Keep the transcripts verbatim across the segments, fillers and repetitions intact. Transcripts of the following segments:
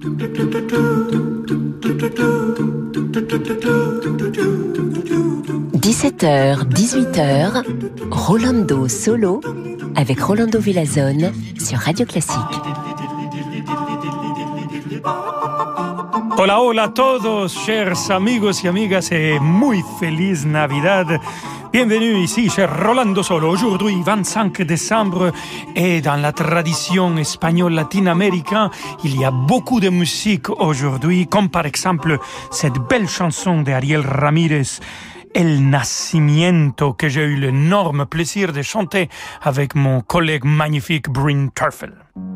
dix-sept heures, dix-huit heures, Rolando Solo avec Rolando Villazone sur Radio Classique. Hola, hola a todos, chers amigos y amigas, et muy feliz Navidad. Bienvenue ici chez Rolando Solo. Aujourd'hui, vingt-cinq décembre, et dans la tradition espagnole latine-américaine, il y a beaucoup de musique aujourd'hui, comme par exemple cette belle chanson d'Ariel Ramírez, El Nacimiento, que j'ai eu l'énorme plaisir de chanter avec mon collègue magnifique Bryn Terfel.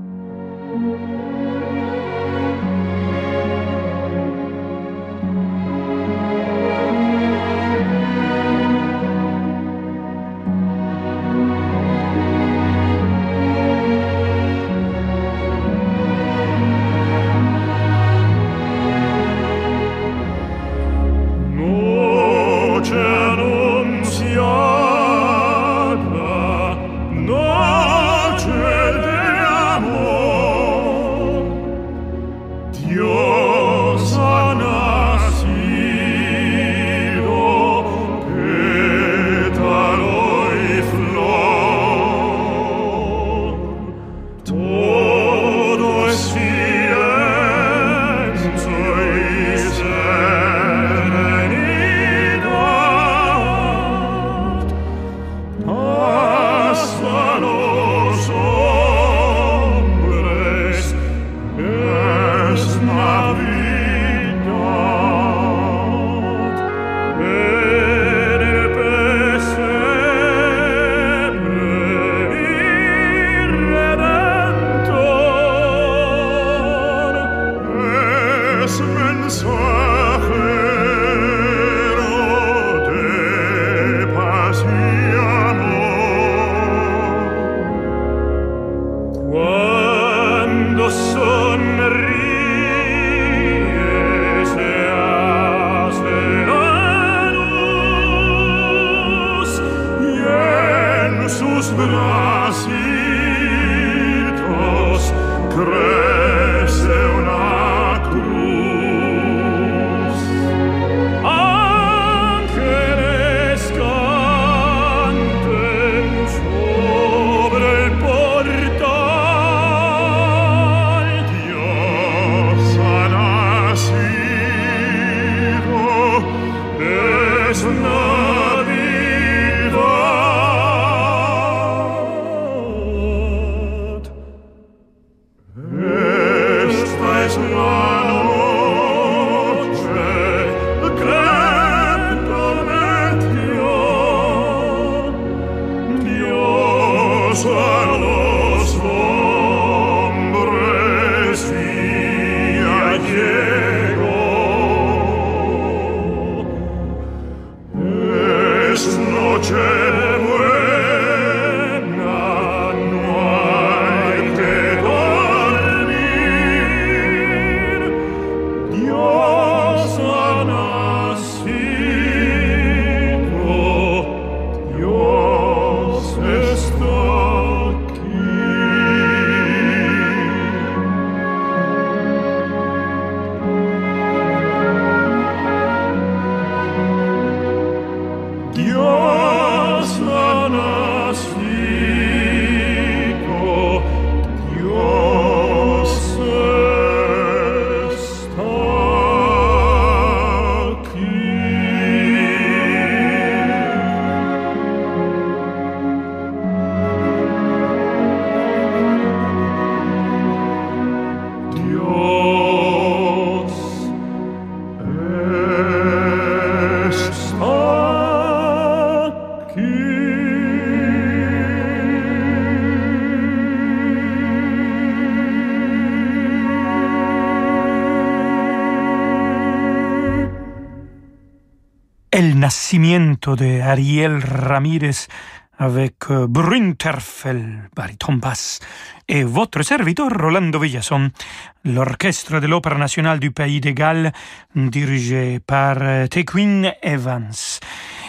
El Nacimiento de Ariel Ramírez avec euh, Bryn Terfel, baryton basse, et votre serviteur Rolando Villazone, l'orchestre de l'Opéra nationale du Pays de Galles, dirigé par euh, Tequin Evans.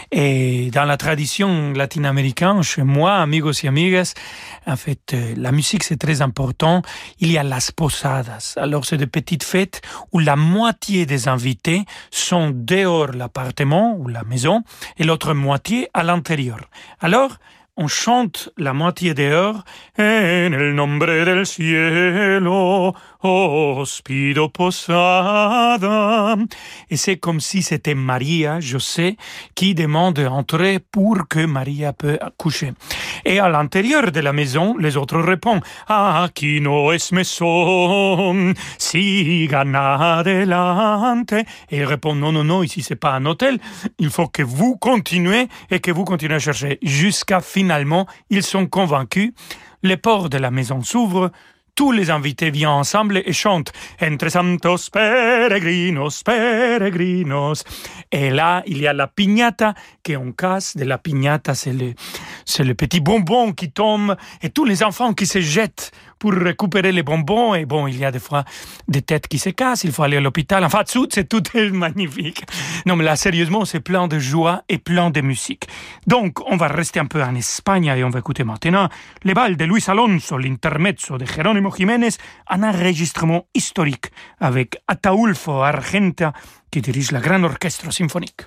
Et dans la tradition latino-américaine, chez moi, amigos y amigas, en fait, euh, la musique c'est très important. Il y a las posadas. Alors c'est des petites fêtes où la moitié des invités sont dehors l'appartement ou la maison et l'autre moitié à l'intérieur. Alors, on chante la moitié dehors. En el nombre del cielo, os pido posada. Et c'est comme si c'était Maria, José, qui demande d'entrer pour que Maria peut accoucher. Et à l'intérieur de la maison, les autres répondent Aquí no es mesón, sigan adelante. Et ils répondent non, non, non, ici c'est pas un hôtel. Il faut que vous continuez et que vous continuez à chercher. Jusqu'à finalement, ils sont convaincus. Les portes de la maison s'ouvrent. Tous les invités viennent ensemble et chantent Entre santos peregrinos, peregrinos. Et là, il y a la piñata qu'on casse. De la piñata, c'est le, c'est le petit bonbon qui tombe et tous les enfants qui se jettent pour récupérer les bonbons. Et bon, il y a des fois des têtes qui se cassent, il faut aller à l'hôpital. Enfin, tout, c'est tout est magnifique. Non, mais là, sérieusement, c'est plein de joie et plein de musique. Donc, on va rester un peu en Espagne et on va écouter maintenant les balles de Luis Alonso, l'intermezzo de Jerónimo Jiménez, un enregistrement historique avec Ataulfo Argenta qui dirige la grande orchestre symphonique.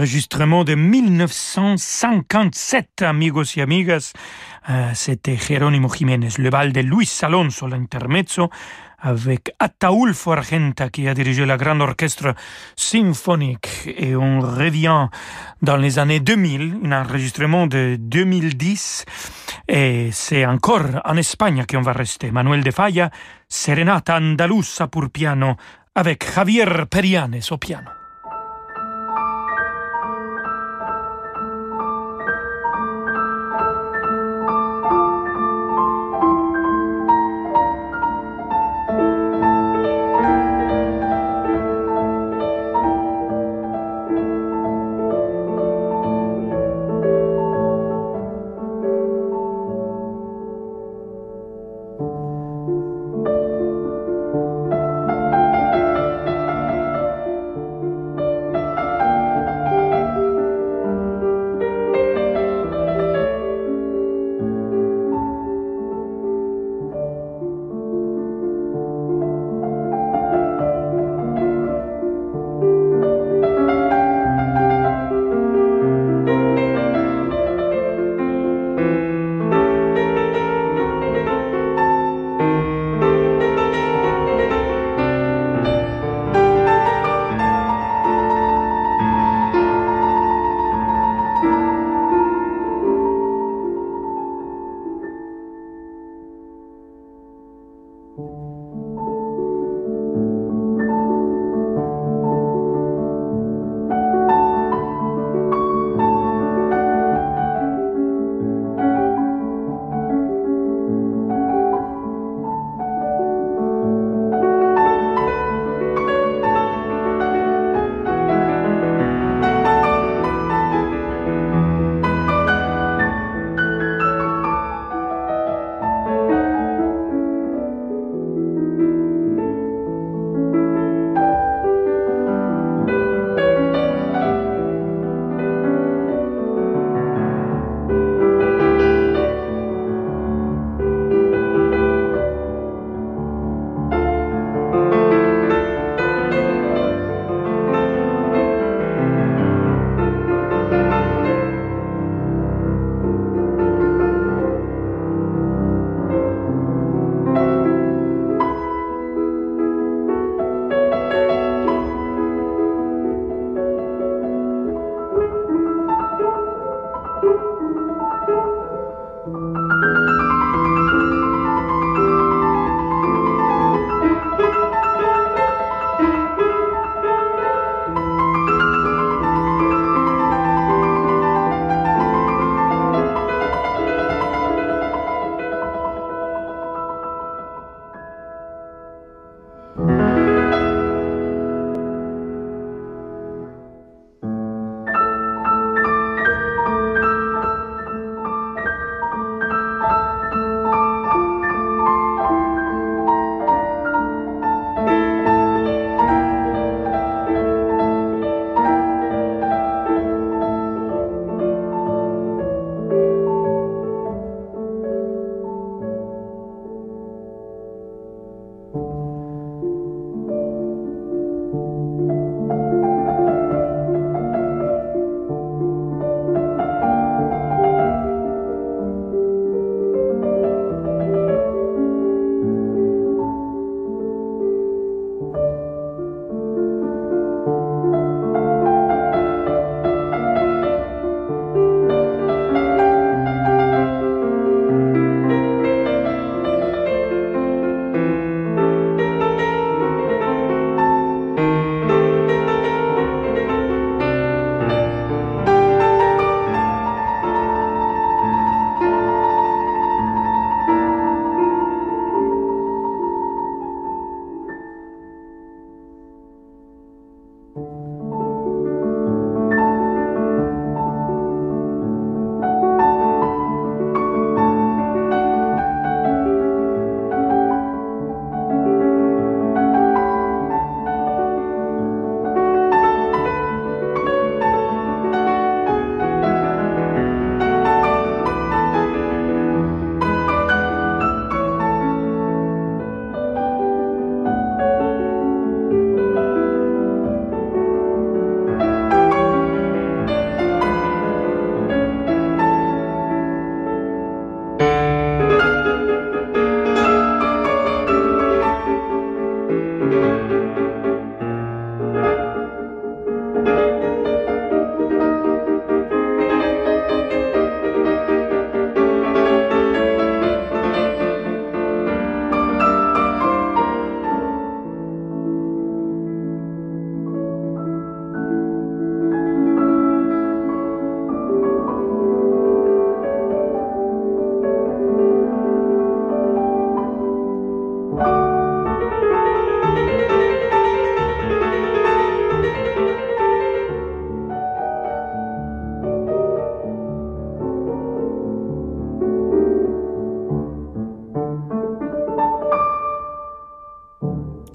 enregistrement de mille neuf cent cinquante-sept, amigos y amigas. Euh, c'était Jerónimo Jiménez, le bal de Luis Alonso, l'intermezzo, avec Ataulfo Argenta qui a dirigé la grande orchestre symphonique. Et on revient dans les années deux mille, un enregistrement de deux mille dix, et c'est encore en Espagne qu'on va rester. Manuel de Falla, Serenata Andaluza pour piano, avec Javier Perianes au piano.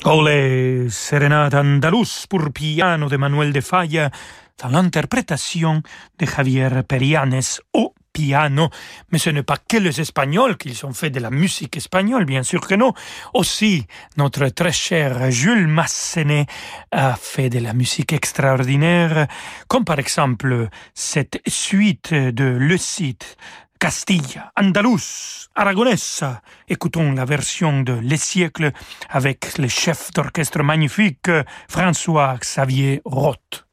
Olé, Serenata Andaluz pour piano de Manuel de Falla, dans l'interprétation de Javier Perianes au piano. Mais ce n'est pas que les Espagnols qui ont fait de la musique espagnole, bien sûr que non. Aussi, notre très cher Jules Massenet a fait de la musique extraordinaire, comme par exemple cette suite de Le Cid, Castilla, Andaluz, Aragonesa. Écoutons la version de Les Siècles avec le chef d'orchestre magnifique François-Xavier Roth.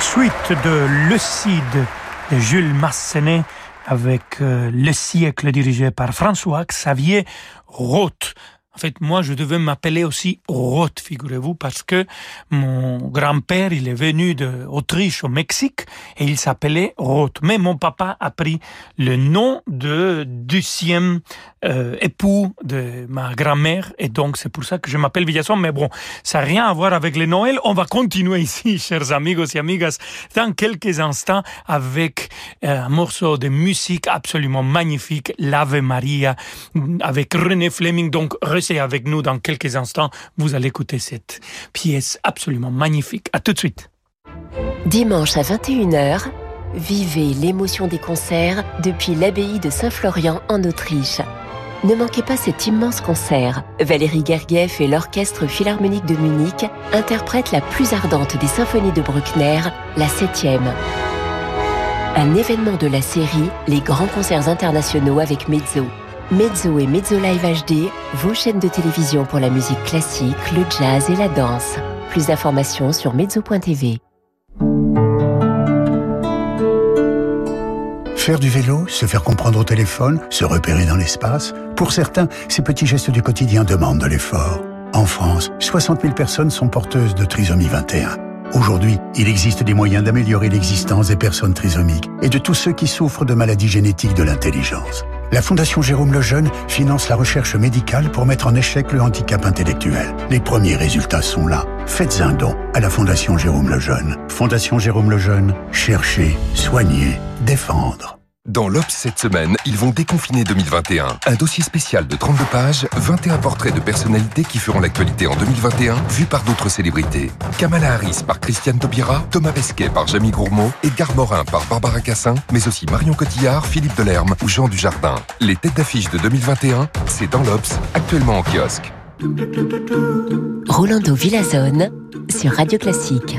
suite de Le Cid de Jules Massenet avec euh, Le siècle dirigé par François-Xavier Roth. En fait, moi, je devais m'appeler aussi Roth, figurez-vous, parce que mon grand-père, il est venu d'Autriche au Mexique et il s'appelait Roth. Mais mon papa a pris le nom de deuxième euh, époux de ma grand-mère et donc c'est pour ça que je m'appelle Villazon. Mais bon, ça n'a rien à voir avec le Noël. On va continuer ici, chers amigos et amigas, dans quelques instants avec euh, un morceau de musique absolument magnifique, l'Ave Maria, avec René Fleming. Donc, restez avec nous dans quelques instants. Vous allez écouter cette pièce absolument magnifique. À tout de suite. Dimanche à vingt et une heures, vivez l'émotion des concerts depuis l'abbaye de Saint-Florian en Autriche. Ne manquez pas cet immense concert. Valérie Gergiev et l'Orchestre Philharmonique de Munich interprètent la plus ardente des symphonies de Bruckner, la septième. Un événement de la série Les grands concerts internationaux avec Mezzo. Mezzo et Mezzo Live H D, vos chaînes de télévision pour la musique classique, le jazz et la danse. Plus d'informations sur mezzo point t v. Faire du vélo, se faire comprendre au téléphone, se repérer dans l'espace, pour certains, ces petits gestes du quotidien demandent de l'effort. En France, soixante mille personnes sont porteuses de trisomie vingt et un. Aujourd'hui, il existe des moyens d'améliorer l'existence des personnes trisomiques et de tous ceux qui souffrent de maladies génétiques de l'intelligence. La Fondation Jérôme Lejeune finance la recherche médicale pour mettre en échec le handicap intellectuel. Les premiers résultats sont là. Faites un don à la Fondation Jérôme Lejeune. Fondation Jérôme Lejeune, chercher, soigner, défendre. Dans l'Obs cette semaine, ils vont déconfiner deux mille vingt et un. Un dossier spécial de trente-deux pages, vingt et un portraits de personnalités qui feront l'actualité en deux mille vingt et un, vus par d'autres célébrités. Kamala Harris par Christiane Taubira, Thomas Pesquet par Jamie Gourmaud, Edgar Morin par Barbara Cassin, mais aussi Marion Cotillard, Philippe Delerme ou Jean Dujardin. Les têtes d'affiche de deux mille vingt et un, c'est dans l'Obs, actuellement en kiosque. Rolando Villazone sur Radio Classique.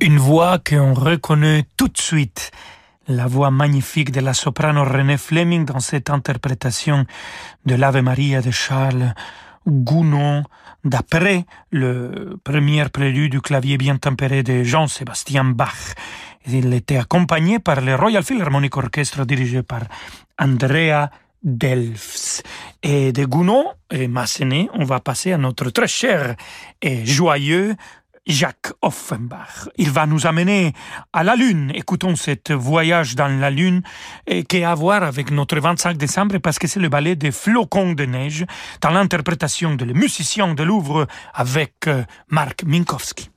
Une voix qu'on reconnaît tout de suite. La voix magnifique de la soprano Renée Fleming dans cette interprétation de l'Ave Maria de Charles Gounod, d'après le premier prélude du clavier bien tempéré de Jean-Sébastien Bach. Il était accompagné par le Royal Philharmonic Orchestra dirigé par Andrea Delfs. Et de Gounod et Massenet, on va passer à notre très cher et joyeux Jacques Offenbach. Il va nous amener à la Lune. Écoutons ce voyage dans la Lune et qui a à voir avec notre vingt-cinq décembre parce que c'est le ballet des flocons de neige dans l'interprétation de le musicien de Louvre avec Marc Minkowski.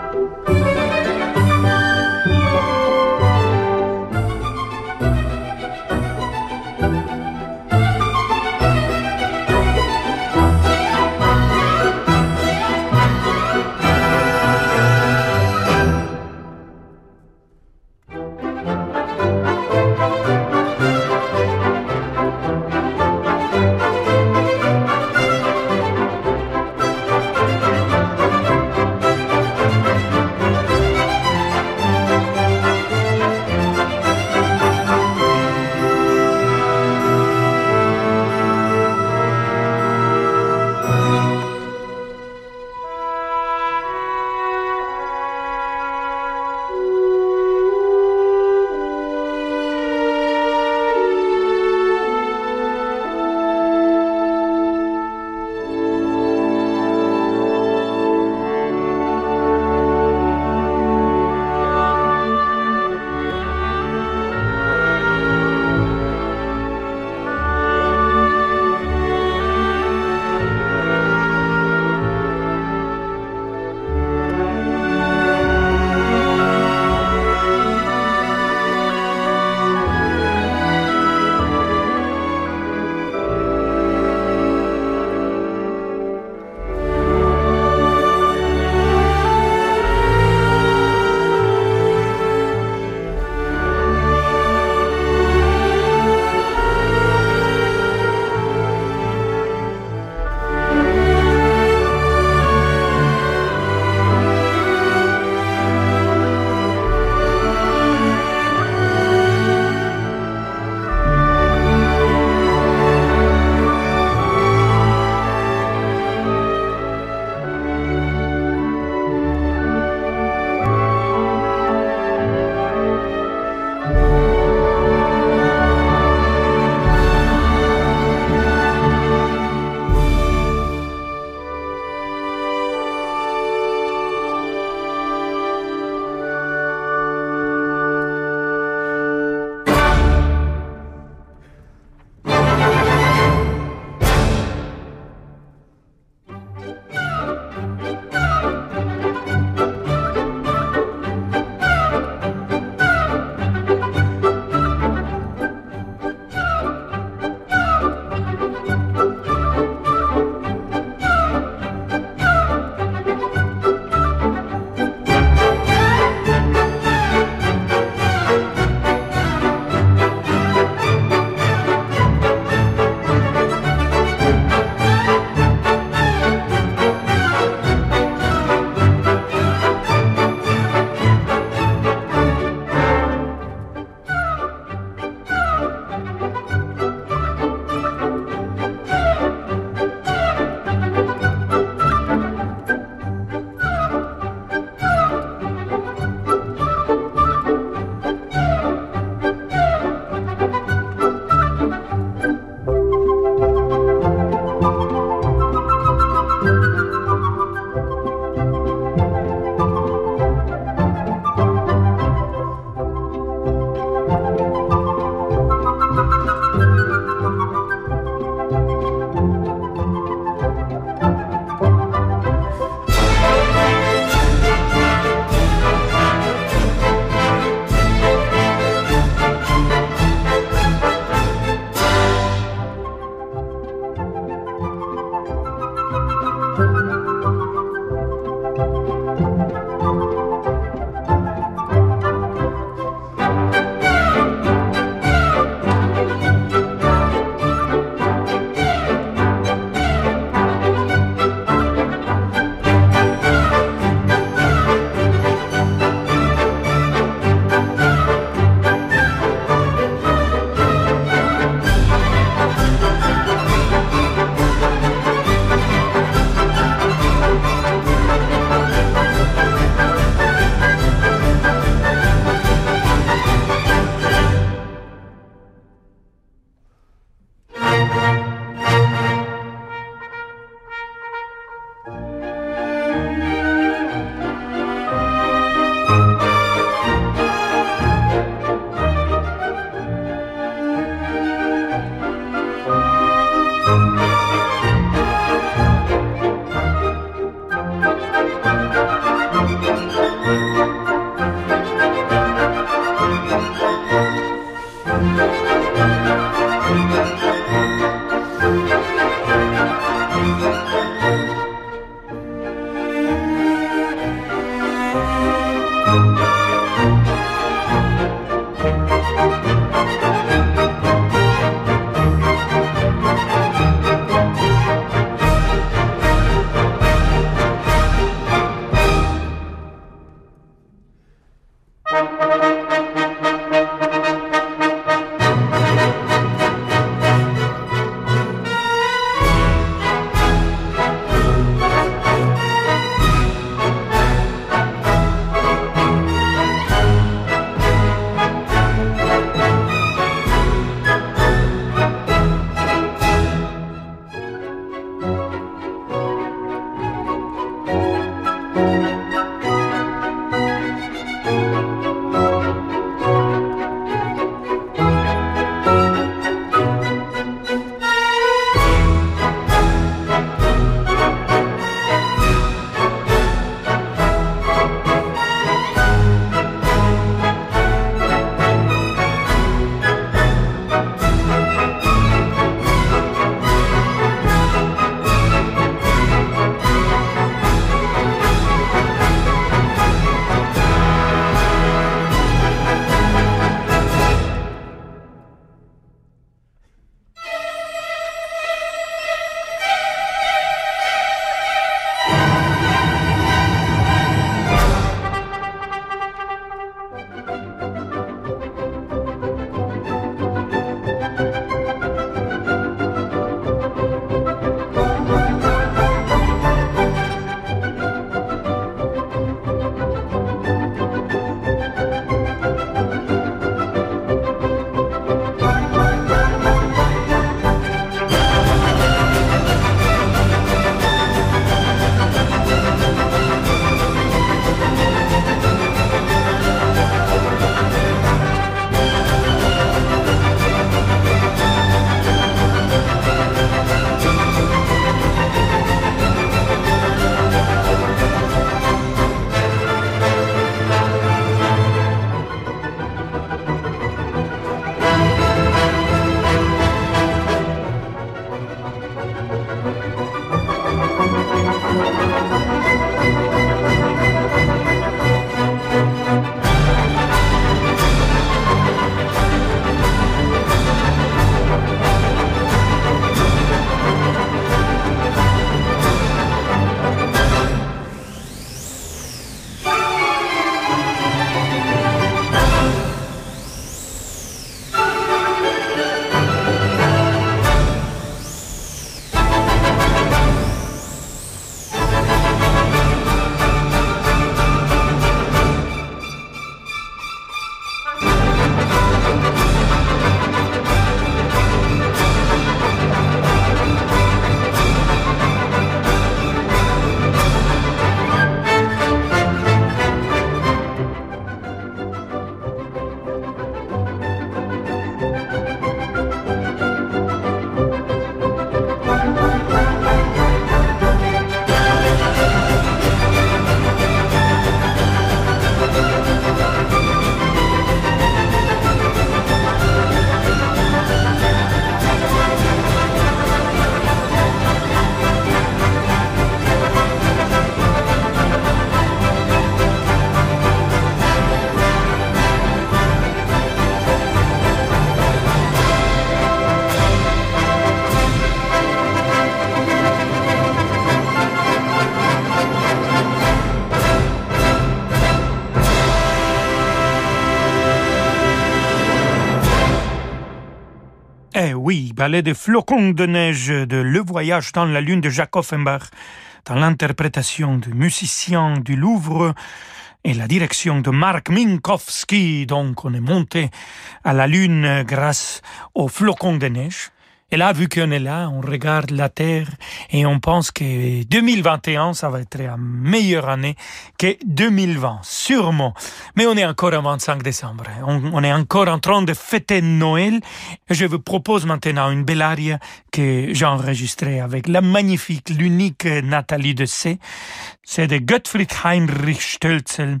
Eh oui, ballet de flocons de neige de Le Voyage dans la Lune de Jacques Offenbach, dans l'interprétation du musicien du Louvre et la direction de Marc Minkowski. Donc on est monté à la Lune grâce aux flocons de neige. Et là, vu qu'on est là, on regarde la Terre et on pense que deux mille vingt et un, ça va être la meilleure année que deux mille vingt, sûrement. Mais on est encore en vingt-cinq décembre. On, on est encore en train de fêter Noël. Et je vous propose maintenant une belle aria que j'ai enregistrée avec la magnifique, l'unique Nathalie Dessay. C'est de Gottfried Heinrich Stölzel.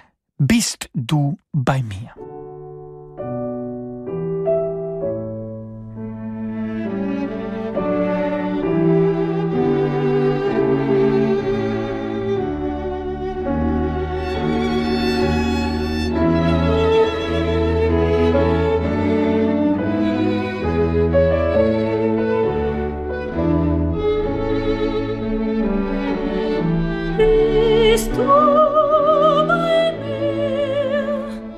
Bist du bei mir? Bist du bei mir?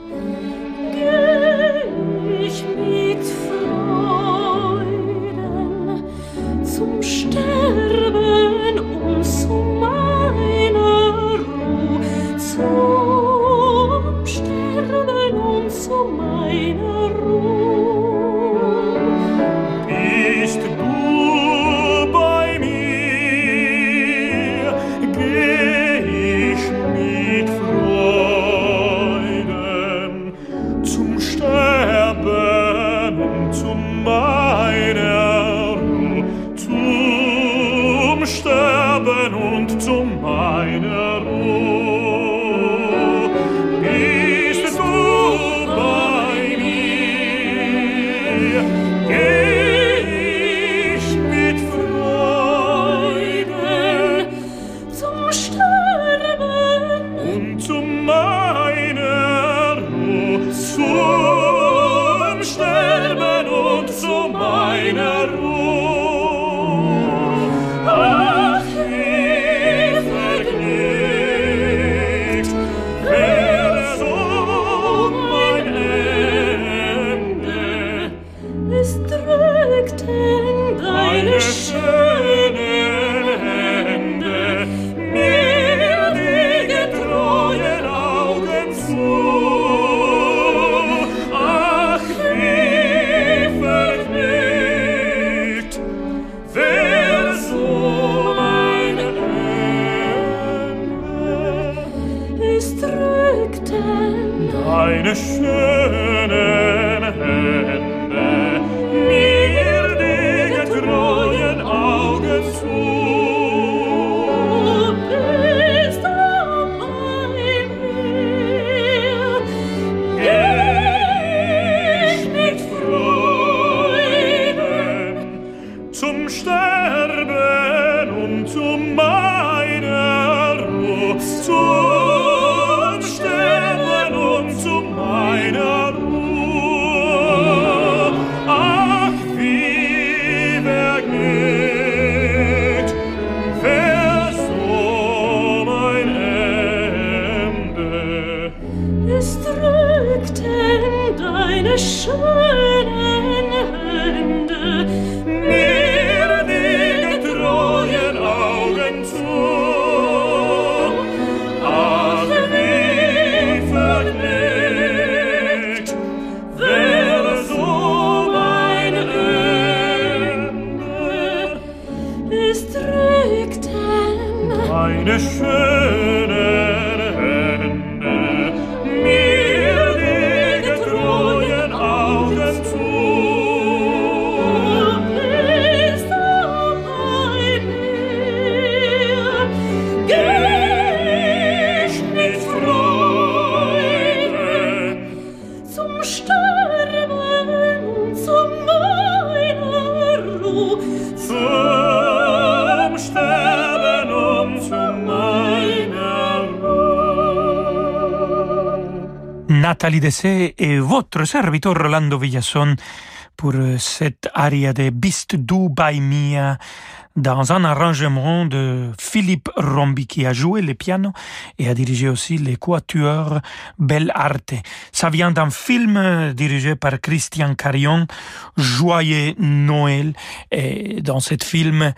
Nathalie Dessay et votre serviteur Rolando Villazón pour cette aria de Bist du bei mir dans un arrangement de Philippe Rombi qui a joué le piano et a dirigé aussi les quatuors Bell'Arte. Ça vient d'un film dirigé par Christian Carion, Joyeux Noël. Et dans ce film,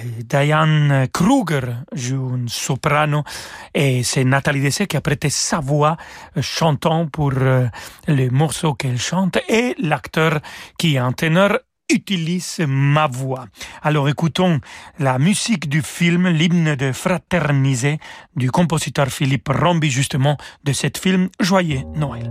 Diane Kruger joue une soprano et c'est Nathalie Dessay qui a prêté sa voix chantant pour le morceau qu'elle chante et l'acteur qui est un ténor utilise ma voix. Alors écoutons la musique du film, l'hymne de Fraterniser du compositeur Philippe Rombi, justement de cet film Joyeux Noël.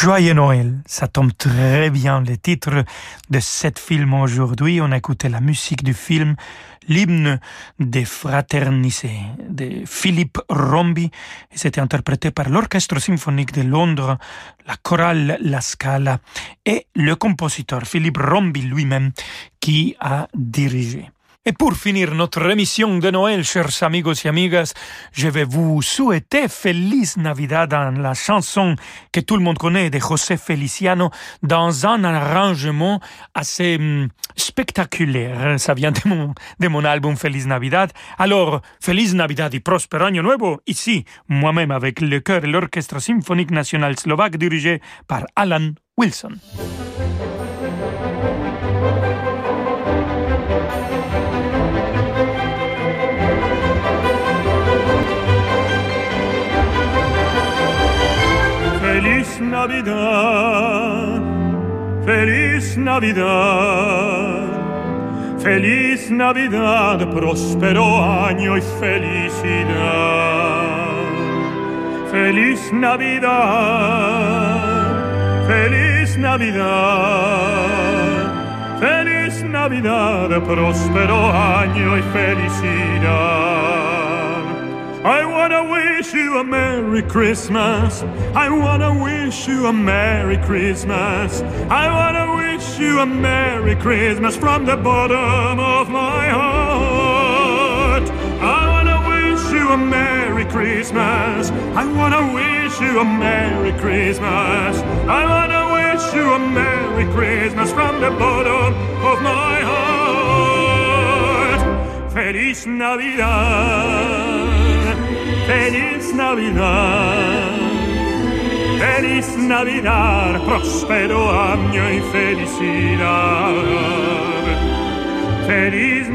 Joyeux Noël, ça tombe très bien le titre de cet film aujourd'hui. On a écouté la musique du film, l'hymne des Fraternités de Philippe Rombi. Et c'était interprété par l'Orchestre symphonique de Londres, la chorale La Scala et le compositeur Philippe Rombi lui-même qui a dirigé. Et pour finir notre émission de Noël, chers amigos et amigas, je vais vous souhaiter Feliz Navidad dans la chanson que tout le monde connaît de José Feliciano dans un arrangement assez hum, spectaculaire. Ça vient de mon, de mon album Feliz Navidad. Alors, Feliz Navidad y Prospero Año Nuevo, ici, moi-même avec le chœur et l'Orchestre symphonique national slovaque dirigé par Alan Wilson. Feliz Navidad, Feliz Navidad, Feliz Navidad, próspero año y felicidad. Feliz Navidad, Feliz Navidad, Feliz Navidad, próspero año y felicidad. I wanna wish you a Merry Christmas. I wanna wish you a Merry Christmas. I wanna wish you a Merry Christmas from the bottom of my heart. I wanna wish you a Merry Christmas. I wanna wish you a Merry Christmas. I wanna wish you a Merry Christmas from the bottom of my heart. Feliz Navidad. Feliz Navidad, Feliz Navidad, próspero año y felicidad. Feliz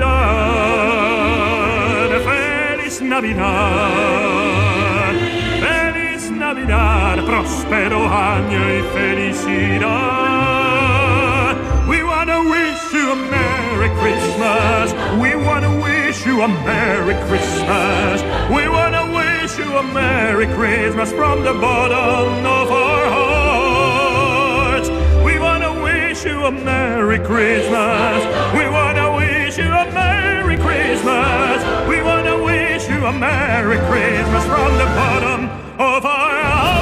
Navidad, Feliz Navidad, Feliz Navidad, próspero año y felicidad. We wanna wish you a Merry Christmas. We wanna wish you a Merry Christmas. We wanna wish you a Merry Christmas from the bottom of our hearts. We wanna wish you a Merry Christmas. We wanna wish you a Merry Christmas. We wanna wish you a Merry Christmas from the bottom of our hearts.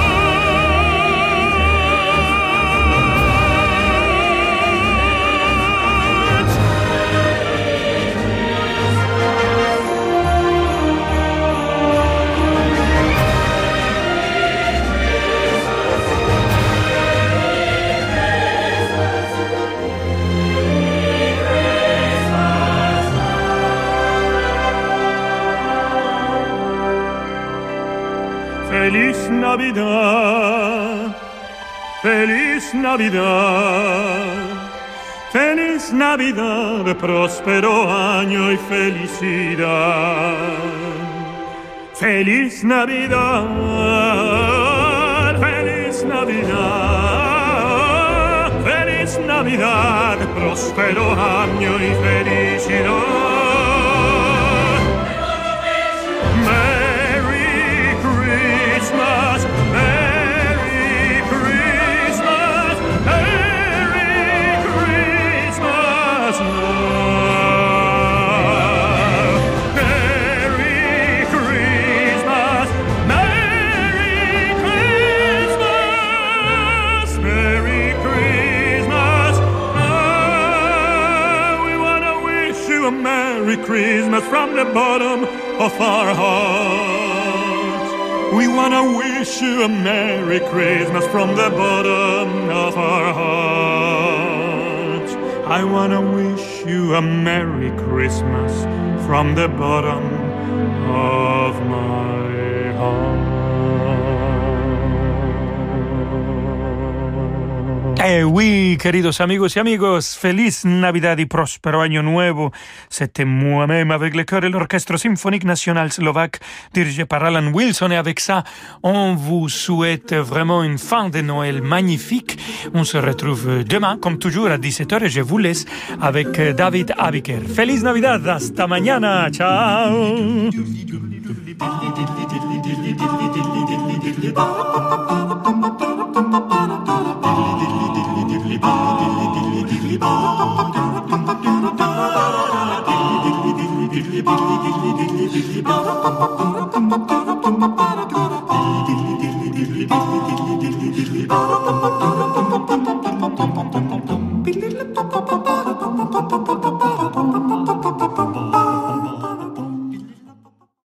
Feliz Navidad, Feliz Navidad, Feliz Navidad, próspero año y felicidad. Feliz Navidad, Feliz Navidad, Feliz Navidad, próspero año y felicidad. Christmas from the bottom of our hearts. We wanna wish you a Merry Christmas from the bottom of our hearts. I wanna wish you a Merry Christmas from the bottom of my heart. Eh oui, queridos amigos y amigos, Feliz Navidad y Próspero Año Nuevo. C'était moi-même avec le chœur et l'Orchestre symphonique national slovaque dirigé par Alan Wilson. Et avec ça, on vous souhaite vraiment une fin de Noël magnifique. On se retrouve demain, comme toujours, à dix-sept heures et je vous laisse avec David Abiker. Feliz Navidad, hasta mañana, ciao. Ba-da-ba-ba-ba